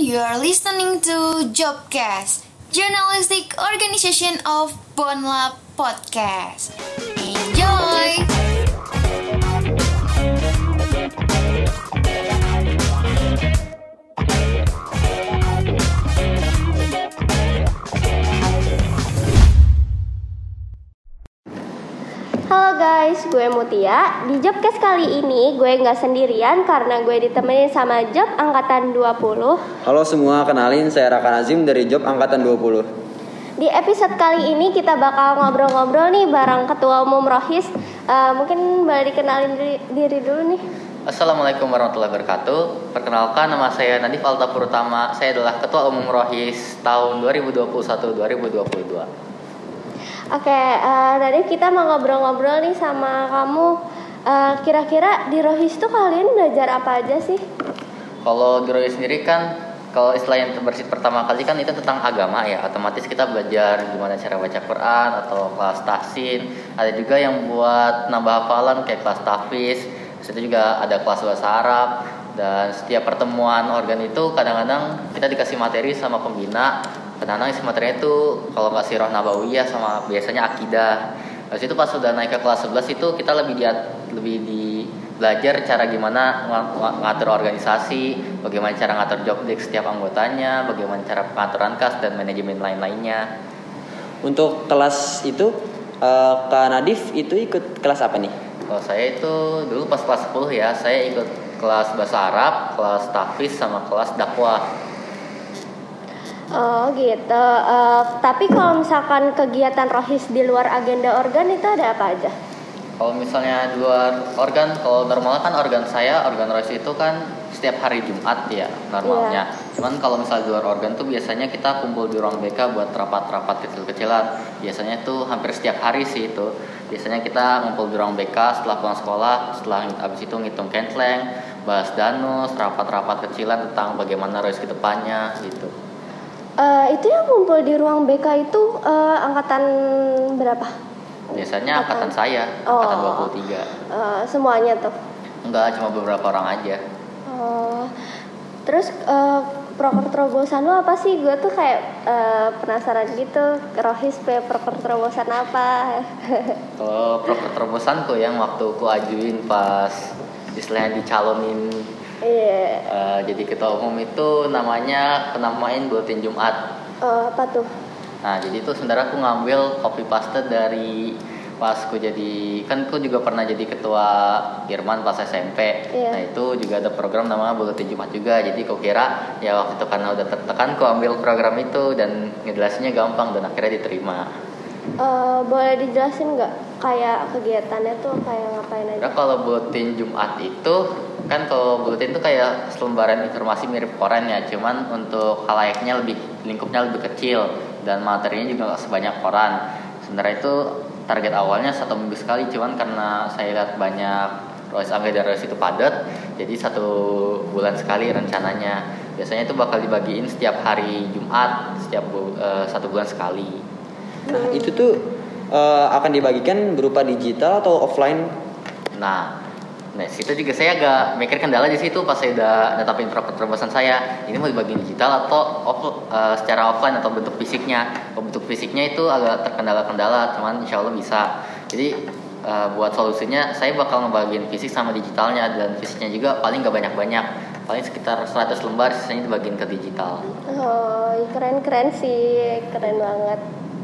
You're listening to Jobcast, journalistic organization of Bonlab Podcast. Enjoy! Halo guys, gue Mutia. Di Jobcast kali ini gue nggak sendirian karena gue ditemenin sama Job Angkatan 20. Halo semua, kenalin saya Raka Nazim dari Job Angkatan 20. Di episode kali ini kita bakal ngobrol-ngobrol nih bareng Ketua Umum Rohis. Mungkin boleh dikenalin diri dulu nih. Assalamualaikum warahmatullahi wabarakatuh. Perkenalkan, nama saya Nadif Alta Purutama. Saya adalah Ketua Umum Rohis tahun 2021-2022. Oke, tadi kita mau ngobrol-ngobrol nih sama kamu. Kira-kira di Rohis tuh kalian belajar apa aja sih? Kalau di Rohis sendiri kan, kalau istilah yang terbersih pertama kali kan itu tentang agama ya. Otomatis kita belajar gimana cara baca Quran atau kelas tahsin. Ada juga yang buat nambah hafalan kayak kelas tahfiz. Itu juga ada kelas bahasa Arab. Dan setiap pertemuan organ itu kadang-kadang kita dikasih materi sama pembina. Kadang-kadang isi materinya itu kalau nggak sirah nabawiyah sama biasanya akidah. Terus itu pas sudah naik ke kelas 11 itu kita lebih belajar cara gimana ngatur organisasi, bagaimana cara ngatur job desk setiap anggotanya, bagaimana cara pengaturan kas dan manajemen lain-lainnya. Untuk kelas itu, Kak Nadif itu ikut kelas apa nih? Kalau saya itu dulu pas kelas 10 ya, saya ikut kelas bahasa Arab, kelas tahfiz sama kelas dakwah. Oh gitu. Tapi kalau misalkan kegiatan Rohis di luar agenda organ itu ada apa aja? Kalau misalnya di luar organ, kalau normalnya kan organ Rohis itu kan setiap hari Jumat ya normalnya. Yeah. Cuman kalau misalnya di luar organ tuh biasanya kita kumpul di ruang BK buat rapat-rapat kecil-kecilan. Biasanya tuh hampir setiap hari sih itu. Biasanya kita ngumpul di ruang BK setelah pulang sekolah, setelah abis itu ngitung kentleng, bahas danus, rapat-rapat kecilan tentang bagaimana Rohis ke depannya gitu. Itu yang kumpul di ruang BK itu angkatan berapa? Biasanya angkatan saya, angkatan 23. Semuanya tuh? Enggak, cuma beberapa orang aja. Terus proker terobosan lo apa sih? Gue tuh kayak penasaran gitu. Rohis proker terobosan apa? Kalau proker terobosanku yang waktu ku ajuin pas istilahnya dicalonin jadi ketua umum itu namanya penamain buletin Jumat. Apa tuh? Nah jadi itu sebenarnya aku ngambil copy paste dari pas ku jadi, kan ku juga pernah jadi ketua Irman pas SMP. Nah itu juga ada program namanya buletin Jumat juga. Jadi ku kira ya waktu itu karena udah tertekan ku ambil program itu dan ngejelasinnya gampang dan akhirnya diterima. Boleh dijelasin nggak kayak kegiatannya tuh kayak ngapain aja? Nah, kalau buletin Jumat itu kan, kalau buletin itu kayak selembaran informasi mirip koran ya, cuman untuk halayaknya lingkupnya lebih kecil dan materinya juga nggak sebanyak koran. Sebenarnya itu target awalnya 1 minggu sekali, cuman karena saya lihat banyak Rohis anggota Rohis itu padat, jadi 1 bulan sekali rencananya. Biasanya itu bakal dibagiin setiap hari Jumat, setiap 1 bulan sekali. Nah itu tuh akan dibagikan berupa digital atau offline? Nah situ juga saya agak mikir kendala di situ pas saya udah netapin terobosan saya. Ini mau dibagi digital atau secara offline atau bentuk fisiknya. Kalau bentuk fisiknya itu agak terkendala-kendala, cuman insya Allah bisa. Jadi buat solusinya saya bakal ngebagiin fisik sama digitalnya, dan fisiknya juga paling gak banyak-banyak. Paling sekitar 100 lembar, sisanya dibagiin ke digital. Keren sih, keren banget.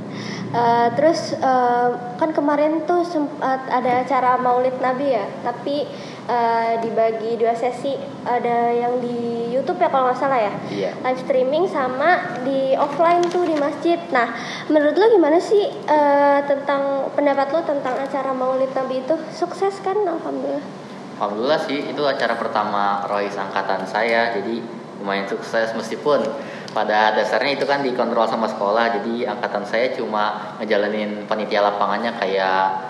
Terus kan kemarin tuh sempat ada acara Maulid Nabi ya, tapi dibagi 2 sesi, ada yang di YouTube ya kalau nggak salah ya, live streaming sama di offline tuh di masjid. Nah, menurut lo gimana sih tentang pendapat lo tentang acara Maulid Nabi itu? Sukses kan? Alhamdulillah sih, itu acara pertama Rohis angkatan saya, jadi lumayan sukses meskipun pada dasarnya itu kan dikontrol sama sekolah. Jadi angkatan saya cuma ngejalanin panitia lapangannya kayak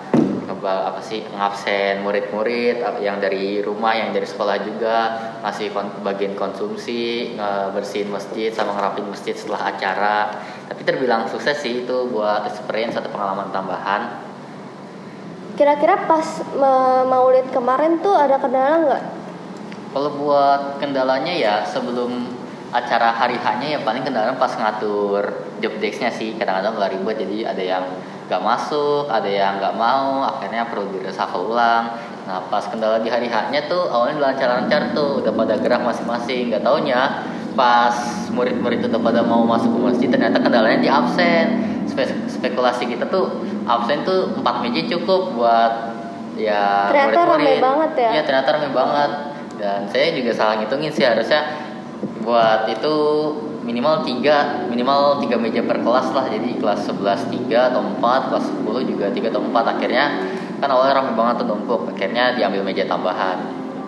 ngabsen murid-murid yang dari rumah, yang dari sekolah juga, ngasih bagian konsumsi, bersihin masjid sama ngerapin masjid setelah acara. Tapi terbilang sukses sih, itu buat experience atau pengalaman tambahan. Kira-kira pas Maulid kemarin tuh ada kendala nggak? Kalau buat kendalanya ya sebelum acara hari hanya ya paling kendala pas ngatur job desk-nya sih, kadang-kadang nggak ribet, jadi ada yang nggak masuk, ada yang nggak mau, akhirnya perlu di-reshuffle ulang. Nah pas kendala di hari hanya tuh awalnya lancar-lancar tuh, udah pada gerak masing-masing, nggak taunya pas murid-murid udah pada mau masuk ke masjid ternyata kendalanya di absen. Spekulasi kita tuh absen tuh 4 meja cukup buat ya Ternyata murid-murid. rame banget ya. Iya ternyata rame banget, dan saya juga salah ngitungin sih, harusnya buat itu minimal 3 meja per kelas lah, jadi kelas 11 3 atau 4, kelas 10 juga 3 atau 4. Akhirnya kan awalnya rame banget tuh numpuk, akhirnya diambil meja tambahan.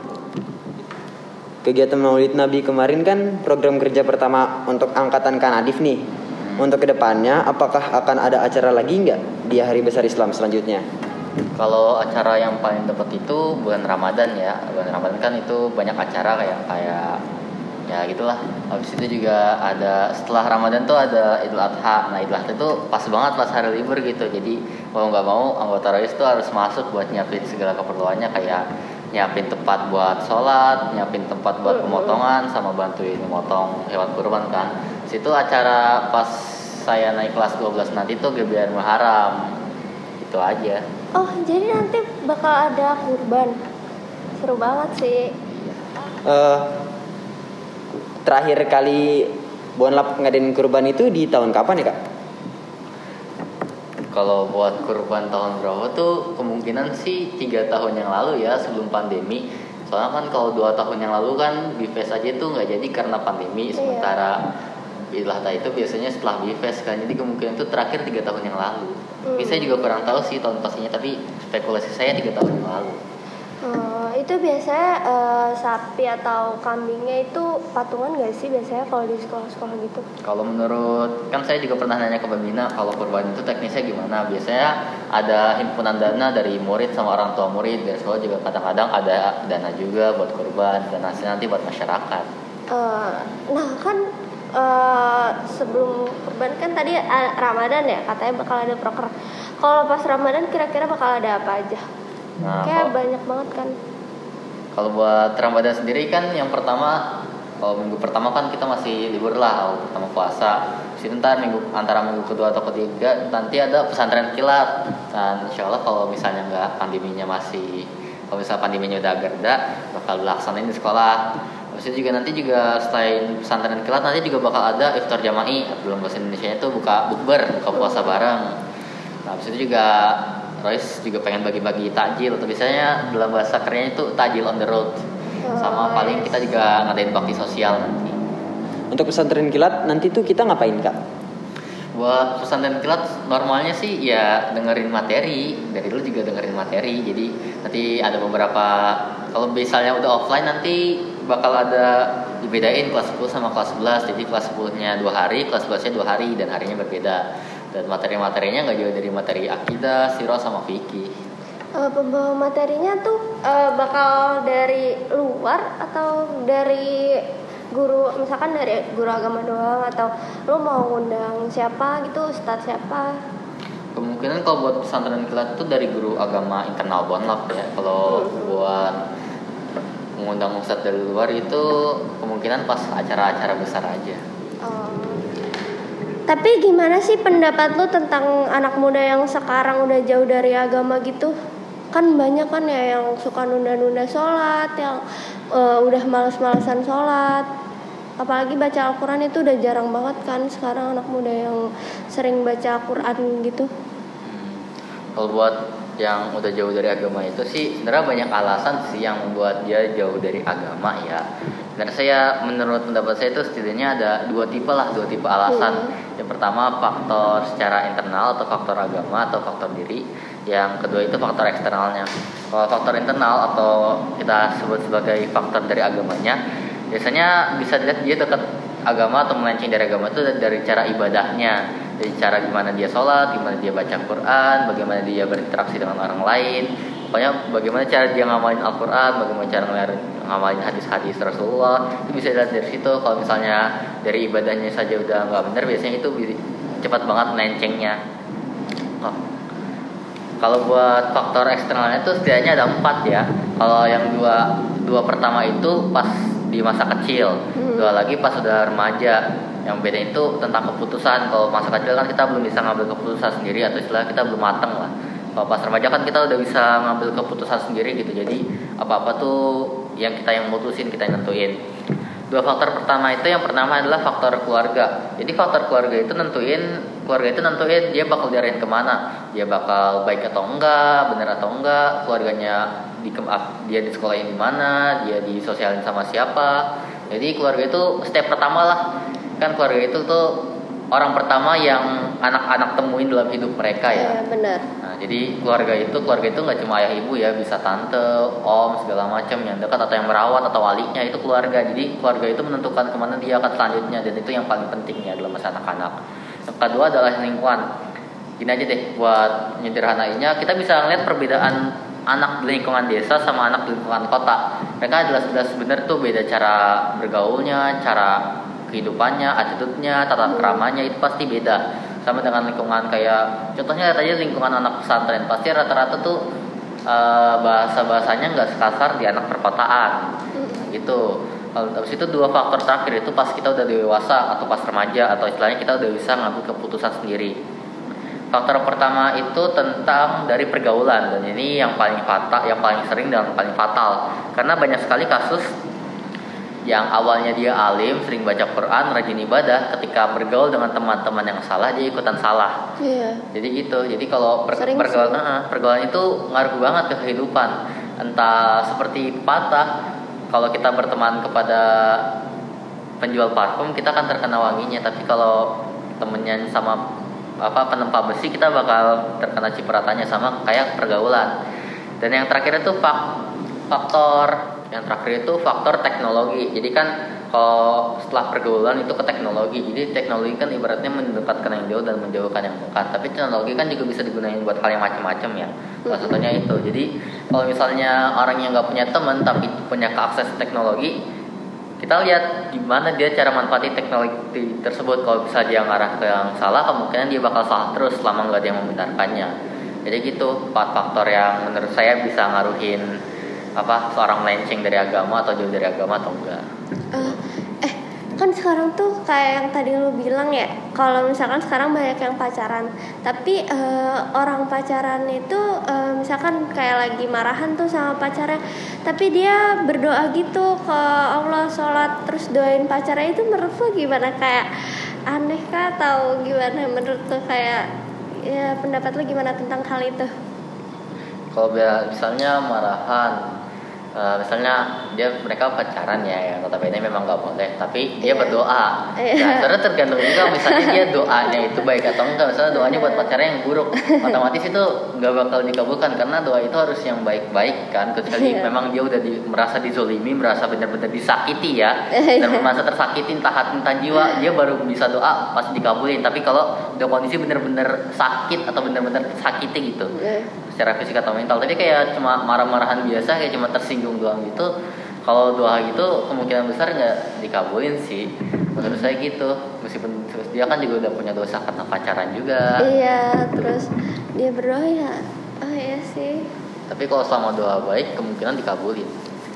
Kegiatan Maulid Nabi kemarin kan program kerja pertama untuk angkatan Kanadif nih. Untuk kedepannya, apakah akan ada acara lagi nggak di Hari Besar Islam selanjutnya? Kalau acara yang paling tepat itu bulan Ramadan ya. Bulan Ramadan kan itu banyak acara kayak ya gitulah. Habis itu juga ada setelah Ramadan tuh ada Idul Adha. Nah Idul Adha itu pas banget pas hari libur gitu. Jadi mau nggak mau anggota ROIS tuh harus masuk buat nyiapin segala keperluannya, kayak nyiapin tempat buat sholat, nyiapin tempat buat pemotongan, sama bantuin memotong hewan kurban kan. Situ acara pas saya naik kelas 12 nanti tuh GBR Muharram. Itu aja. Oh, jadi nanti bakal ada kurban. Seru banget sih. Terakhir kali Bonlap ngadain kurban itu di tahun kapan ya Kak? Kalau buat kurban tahun berapa tuh kemungkinan sih 3 tahun yang lalu ya, sebelum pandemi. Soalnya kan kalau 2 tahun yang lalu kan Bifes aja tuh nggak jadi karena pandemi. Sementara Idul Adha itu biasanya setelah Bifes kan, jadi kemungkinan itu terakhir 3 tahun yang lalu. Saya juga kurang tahu sih tahun pastinya, tapi spekulasi saya 3 tahun yang lalu. Itu biasanya sapi atau kambingnya itu patungan nggak sih biasanya kalau di sekolah-sekolah gitu? Kalau menurut, kan saya juga pernah nanya ke pembina kalau kurban itu teknisnya gimana. Biasanya ada himpunan dana dari murid sama orang tua murid, dan sekolah juga kadang-kadang ada dana juga buat kurban, dan hasilnya nanti buat masyarakat. Nah kan sebelum kurban kan tadi Ramadan ya, katanya bakal ada proker. Kalau pas Ramadan kira-kira bakal ada apa aja? Nah, kayak banyak banget kan. Kalau buat Ramadan sendiri kan yang pertama, kalau minggu pertama kan kita masih libur lah, pertama puasa. Terus ntar antara minggu kedua atau ketiga nanti ada pesantren kilat. Dan insya Allah kalau misalnya kalau misalnya pandeminya udah agak reda, bakal dilaksanain di sekolah. Terus itu juga nanti selain pesantren kilat nanti juga bakal ada iftar jama'i. Belum bahasa Indonesia itu buka puasa bareng. Nah, habis itu juga Royce juga pengen bagi-bagi takjil, atau biasanya dalam bahasa kerennya itu takjil on the road. Sama paling kita juga ngadain bakti sosial nanti. Untuk pesantren kilat nanti tuh kita ngapain Kak? Buat pesantren kilat normalnya sih ya dengerin materi. Dari dulu juga dengerin materi. Jadi nanti ada beberapa, kalau misalnya udah offline nanti bakal ada dibedain kelas 10 sama kelas 11. Jadi kelas 10-nya 2 hari, kelas 11-nya 2 hari, dan harinya berbeda. Dan materi-materinya nggak jauh dari materi akidah, sirah, sama fikih. Pembawa materinya tuh bakal dari luar atau dari guru, misalkan dari guru agama doang, atau lu mau ngundang siapa gitu, ustadz siapa? Kemungkinan kalau buat pesantren kilat itu dari guru agama internal Bonlap ya. Kalau buat mengundang ustadz dari luar itu kemungkinan pas acara-acara besar aja. Tapi gimana sih pendapat lu tentang anak muda yang sekarang udah jauh dari agama gitu? Kan banyak kan ya yang suka nunda-nunda sholat, yang udah males-malesan sholat. Apalagi baca Al-Quran itu udah jarang banget kan sekarang anak muda yang sering baca Al-Quran gitu. Kalau buat yang udah jauh dari agama itu sih sebenarnya banyak alasan sih yang membuat dia jauh dari agama ya. Dan menurut pendapat saya itu setidaknya ada dua tipe alasan. Yang pertama faktor secara internal atau faktor agama atau faktor diri. Yang kedua itu faktor eksternalnya. Kalau faktor internal atau kita sebut sebagai faktor dari agamanya, biasanya bisa dilihat dia dekat agama atau melenceng dari agama itu dari cara ibadahnya, dari cara gimana dia sholat, gimana dia baca Quran, bagaimana dia berinteraksi dengan orang lain. Pokoknya bagaimana cara dia ngamalin Al-Quran, bagaimana cara ngamalin hadis-hadis Rasulullah, itu bisa dilihat dari situ. Kalau misalnya dari ibadahnya saja udah nggak benar, biasanya itu cepat banget melencengnya. Kalau buat faktor eksternalnya itu setidaknya ada 4 ya. Kalau yang dua pertama itu pas di masa kecil, dua lagi pas sudah remaja. Yang beda itu tentang keputusan. Kalau masa kecil kan kita belum bisa ngambil keputusan sendiri, atau istilah kita belum mateng lah. Kalau pas remaja kan kita udah bisa ngambil keputusan sendiri gitu. Jadi apa-apa tuh yang mutusin, kita yang nentuin. Dua faktor pertama itu, yang pertama adalah faktor keluarga. Jadi faktor keluarga itu nentuin dia bakal diarahin kemana, dia bakal baik atau enggak, benar atau enggak, keluarganya dia di sekolahin di mana, dia disosialin sama siapa. Jadi keluarga itu step pertama lah. Kan keluarga itu tuh orang pertama yang anak-anak temuin dalam hidup mereka ya. Benar. Nah, jadi keluarga itu nggak cuma ayah ibu ya, bisa tante, om, segala macam yang dekat atau yang merawat atau walinya, itu keluarga. Jadi keluarga itu menentukan kemana dia akan selanjutnya, dan itu yang paling penting ya dalam masa anak-anak. Yang kedua adalah lingkungan. Gini aja deh, buat menyederhanainya, kita bisa ngeliat perbedaan anak di lingkungan desa sama anak di lingkungan kota. Mereka jelas-jelas bener tuh beda cara bergaulnya, cara kehidupannya, attitude-nya, tata keramanya, itu pasti beda. Sama dengan lingkungan kayak contohnya tadi lingkungan anak pesantren, pasti rata-rata tuh bahasa-bahasanya nggak sekasar di anak perkotaan gitu. Kalau habis itu dua faktor terakhir itu pas kita udah dewasa atau pas remaja, atau istilahnya kita udah bisa ngambil keputusan sendiri. Faktor pertama itu tentang dari pergaulan, dan ini yang paling sering dan paling fatal, karena banyak sekali kasus yang awalnya dia alim, sering baca Quran, rajin ibadah, ketika bergaul dengan teman-teman yang salah, dia ikutan salah. Iya. Jadi gitu. Jadi kalau pergaulan itu ngaruh banget ke kehidupan. Entah seperti patah, kalau kita berteman kepada penjual parfum, kita akan terkena wanginya. Tapi kalau temennya sama penempa besi, kita bakal terkena cipratannya, sama kayak pergaulan. Dan yang terakhir itu faktor teknologi. Jadi kan kalau setelah pergaulan itu ke teknologi. Jadi teknologi kan ibaratnya mendekatkan yang jauh dan menjauhkan yang dekat. Tapi teknologi kan juga bisa digunakan buat hal yang macam-macam ya. Salah satunya itu. Jadi kalau misalnya orang yang nggak punya teman tapi punya akses teknologi, kita lihat gimana dia cara manfaatin teknologi tersebut. Kalau bisa dia ngarah ke yang salah, kemungkinan dia bakal salah terus selama nggak ada yang membenarkannya. Jadi gitu 4 faktor yang menurut saya bisa ngaruhin seorang melenceng dari agama atau jauh dari agama atau enggak. Kan sekarang tuh kayak yang tadi lu bilang ya, kalau misalkan sekarang banyak yang pacaran, tapi orang pacaran itu misalkan kayak lagi marahan tuh sama pacarnya, tapi dia berdoa gitu ke Allah, sholat, terus doain pacarnya, itu menurut lu gimana? Kayak aneh kah atau gimana menurut lu? Kayak ya pendapat lu gimana tentang hal itu? Kalau misalnya marahan, misalnya mereka pacaran ya notabene memang nggak boleh, tapi dia berdoa. Nah, sebenarnya tergantung juga, misalnya dia doanya itu baik atau enggak. Misalnya doanya buat pacarnya yang buruk, otomatis itu nggak bakal dikabulkan, karena doa itu harus yang baik-baik kan. Kecuali memang dia udah merasa dizolimi, merasa benar-benar disakiti ya, dan merasa tersakiti entah hati entah jiwa, dia baru bisa doa pasti dikabulin. Tapi kalau udah kondisi benar-benar sakit atau benar-benar tersakiti gitu, secara fisik atau mental, tapi kayak cuma marah-marahan biasa, kayak cuma tersinggung doang gitu, kalau doa gitu kemungkinan besar nggak dikabulin sih menurut saya gitu. Meskipun dia kan juga udah punya dosa karena pacaran juga. Iya, terus dia berdoa ya, oh iya sih. Tapi kalau selama doa baik kemungkinan dikabulin.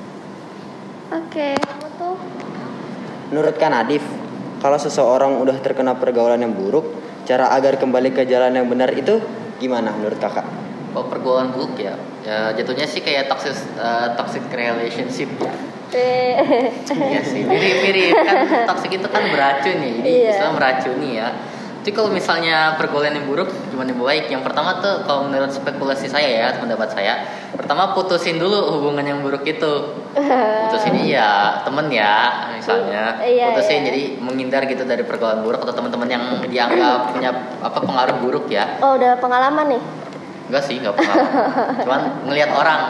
Oke, kamu tuh Menurut Kak Nadif, kalau seseorang udah terkena pergaulan yang buruk, cara agar kembali ke jalan yang benar itu gimana menurut kakak? Kalau pergaulan buruk ya jatuhnya sih kayak toxic relationship ya. Iya sih, mirip-mirip kan, toxic itu kan beracun ya, jadi istilah meracuni ya. Jadi kalau misalnya pergaulan yang buruk gimana yang baik? Yang pertama tuh kalau menurut spekulasi saya ya, pendapat saya, pertama putusin dulu hubungan yang buruk itu. Putusin ya temen ya misalnya, putusin jadi menghindar gitu dari pergaulan buruk atau teman-teman yang dianggap punya pengaruh buruk ya. Oh, udah pengalaman nih? Enggak sih, enggak pengalaman. Cuman ngelihat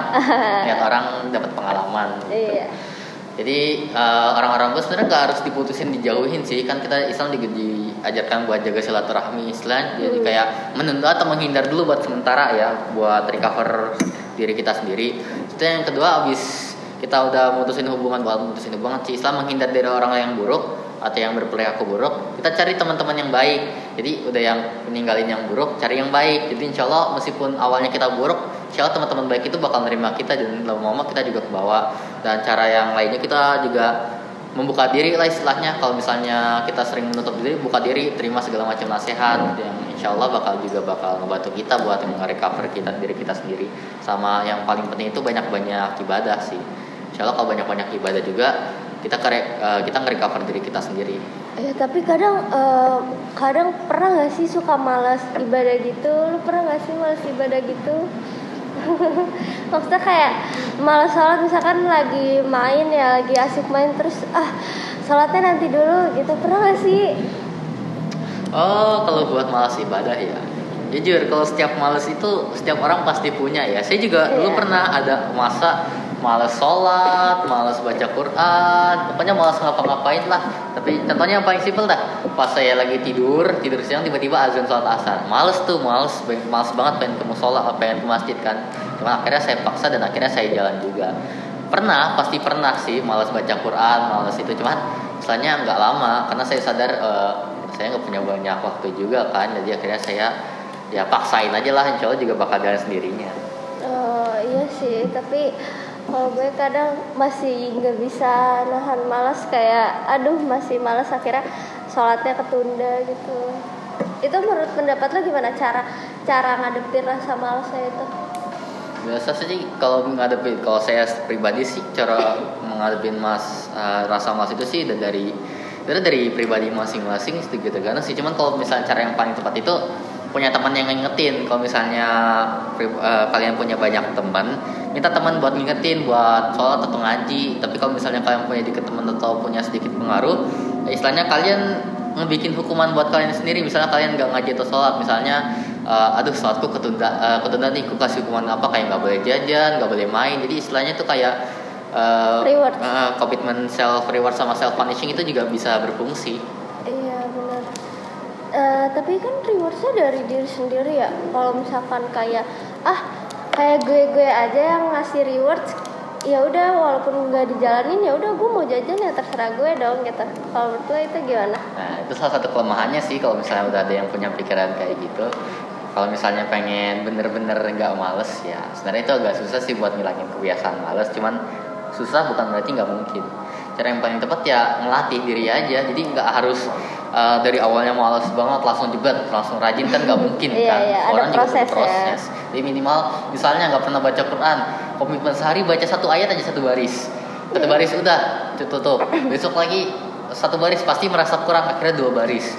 orang dapat pengalaman gitu. Iya. Jadi orang-orang tuh sebenarnya nggak harus diputusin, dijauhin sih, kan kita Islam diajarkan buat jaga silaturahmi Islam. Jadi kayak menunda atau menghindar dulu buat sementara ya, buat recover diri kita sendiri. Itu yang kedua, abis kita udah mutusin hubungan sih, Islam menghindar dari orang yang buruk atau yang berperilaku buruk, kita cari teman-teman yang baik. Jadi udah yang meninggalin yang buruk, cari yang baik. Jadi insya Allah meskipun awalnya kita buruk, insya Allah teman-teman baik itu bakal nerima kita dan lama-lama kita juga kebawa. Dan cara yang lainnya kita juga membuka diri lah istilahnya. Kalau misalnya kita sering menutup diri, buka diri, terima segala macam nasihat yang insya Allah bakal ngebantu kita buat nge-recover diri kita sendiri. Sama yang paling penting itu banyak-banyak ibadah sih. Insya Allah kalau banyak-banyak ibadah juga kita nge-recover diri kita sendiri. Ya tapi kadang pernah nggak sih suka malas ibadah gitu? Lu pernah nggak sih malas ibadah gitu? Maksudnya kayak malas sholat, misalkan lagi main ya, lagi asik main terus sholatnya nanti dulu gitu, pernah nggak sih? Oh, kalau buat malas ibadah ya, jujur kalau setiap malas itu setiap orang pasti punya ya. Saya juga dulu pernah ada masa malas sholat, malas baca Quran, pokoknya malas ngapa-ngapain lah. Tapi contohnya yang paling simpel dah, pas saya lagi tidur siang tiba-tiba azan sholat asar, males banget pengen ke musola, pengen ke masjid kan. Cuma akhirnya saya paksa dan akhirnya saya jalan juga. Pasti pernah sih malas baca Quran, malas itu, cuman misalnya nggak lama karena saya sadar saya nggak punya banyak waktu juga kan, jadi akhirnya saya ya paksain aja lah, insya Allah juga bakal jalan sendirinya. Iya sih, tapi kalau gue kadang masih nggak bisa nahan malas, kayak masih malas, akhirnya sholatnya ketunda gitu. Itu menurut pendapat lo gimana cara ngadepin rasa malasnya itu? Biasa sih kalau saya pribadi sih cara menghadapin rasa malas itu sih dari pribadi masing-masing gitu tergantung sih. Cuman kalau misalnya cara yang paling tepat itu punya teman yang ngingetin. Kalau misalnya kalian punya banyak teman, minta teman buat ngingetin, buat sholat atau ngaji. Tapi kalau misalnya kalian punya dikit teman atau punya sedikit pengaruh, istilahnya kalian ngebikin hukuman buat kalian sendiri. Misalnya kalian nggak ngaji atau sholat, misalnya sholatku ketunda nih, aku kasih hukuman apa, kayak nggak boleh jajan, nggak boleh main. Jadi istilahnya tuh kayak reward, komitmen self reward sama self punishing itu juga bisa berfungsi. Iya benar. Tapi kan rewardnya dari diri sendiri ya. Kalau misalkan kayak gue aja yang ngasih reward, ya udah walaupun nggak dijalanin ya udah gue mau jajan ya terserah gue dong gitu. Kalau menurut lo itu gimana? Nah itu salah satu kelemahannya sih kalau misalnya udah ada yang punya pikiran kayak gitu. Kalau misalnya pengen bener-bener nggak males ya sebenarnya itu agak susah sih buat ngilangin kebiasaan males. Cuman susah bukan berarti nggak mungkin. Cara yang paling tepat ya ngelatih diri aja. Jadi nggak harus dari awalnya malas banget langsung rajin kan nggak mungkin kan. Iya, Orang ada juga butuh proses. Jadi minimal misalnya nggak pernah baca Quran, komitmen sehari baca 1 ayat aja 1 baris. 1 baris udah tutup. Besok lagi 1 baris pasti merasa kurang, akhirnya 2 baris.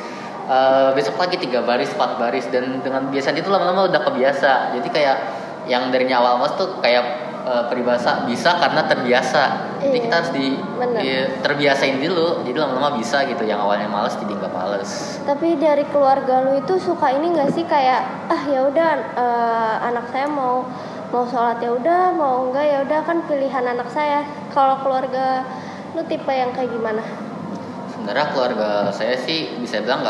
Besok lagi 3 baris, 4 baris, dan dengan biasa itu lama-lama udah kebiasa. Jadi kayak yang darinya awal mas tuh kayak peribahasa bisa karena terbiasa. Jadi kita harus terbiasain dulu. Jadi lama-lama bisa gitu. Yang awalnya malas jadi nggak males. Tapi dari keluarga lu itu suka ini nggak sih kayak ya udah anak saya mau sholat ya udah, mau enggak ya udah, kan pilihan anak saya. Kalau keluarga lu tipe yang kayak gimana? Sebenarnya keluarga saya sih bisa bilang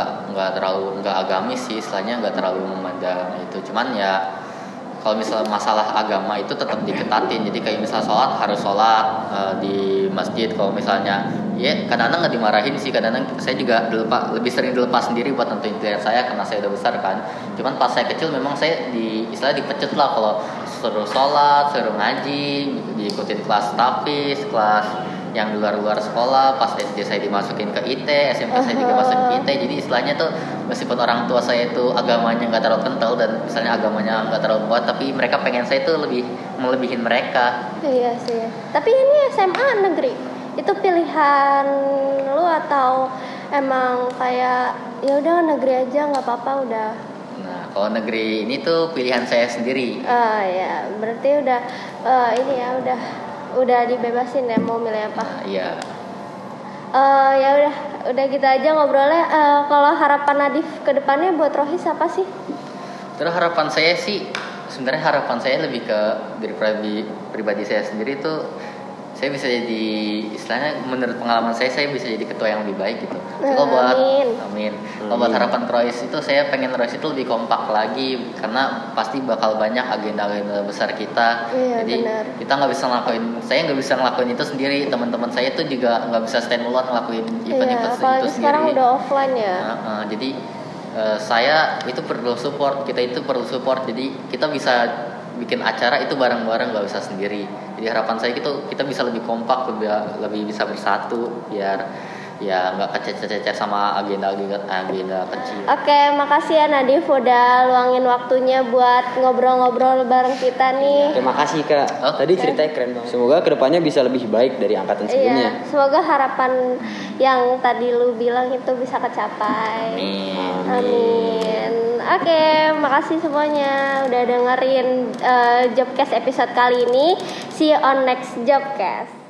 nggak agamis sih, istilahnya nggak terlalu memandang itu. Cuman ya kalau misalnya masalah agama itu tetap diketatin. Jadi kayak misalnya sholat di masjid. Kalau misalnya ya kadang-kadang nggak dimarahin sih, kadang-kadang saya juga lebih sering dilepas sendiri buat nentuin pilihan saya karena saya udah besar kan. Cuman pas saya kecil memang saya istilahnya dipecut lah kalau suruh sholat, suruh ngaji, diikutin kelas tahfiz, kelas yang di luar sekolah. Pas SD saya dimasukin ke IT, SMP saya juga masukin ke IT. Jadi istilahnya tuh meskipun orang tua saya itu agamanya nggak terlalu kental dan misalnya agamanya nggak terlalu kuat, tapi mereka pengen saya tuh lebih melebihin mereka. Iya sih. Tapi ini SMA negeri, itu pilihan lu atau emang kayak ya udah negeri aja nggak apa-apa udah? Nah kalau negeri ini tuh pilihan saya sendiri. Ya berarti udah ini ya udah dibebasin ya mau milih apa? Nah, iya. Ya udah gitu aja ngobrolnya. Kalau harapan Nadif ke depannya buat Rohis apa sih? Terus harapan saya sih sebenarnya harapan saya lebih ke dari pribadi saya sendiri tuh saya bisa jadi istilahnya menurut pengalaman saya bisa jadi ketua yang lebih baik gitu. Kalau buat amin. Kalau buat harapan Rohis itu saya pengen Rohis itu lebih kompak lagi karena pasti bakal banyak agenda-agenda besar kita. Iya, jadi benar. kita saya nggak bisa ngelakuin itu sendiri. Teman-teman saya tuh juga nggak bisa stand alone ngelakuin event-event itu sendiri. Sekarang udah offline ya. Jadi saya itu perlu support, kita itu perlu support. Jadi kita bisa bikin acara itu bareng-bareng, nggak usah sendiri. Jadi harapan saya kita bisa lebih kompak, lebih bisa bersatu, biar ya nggak kececet-cecet sama agenda kecil. Oke, makasih ya Nadif udah luangin waktunya buat ngobrol-ngobrol bareng kita nih. Terima kasih Kak. Tadi ceritanya keren banget. Semoga kedepannya bisa lebih baik dari angkatan sebelumnya. Iya, semoga harapan yang tadi lu bilang itu bisa kecapai. Amin. Oke, makasih semuanya udah dengerin Jobcast episode kali ini. See you on next Jobcast.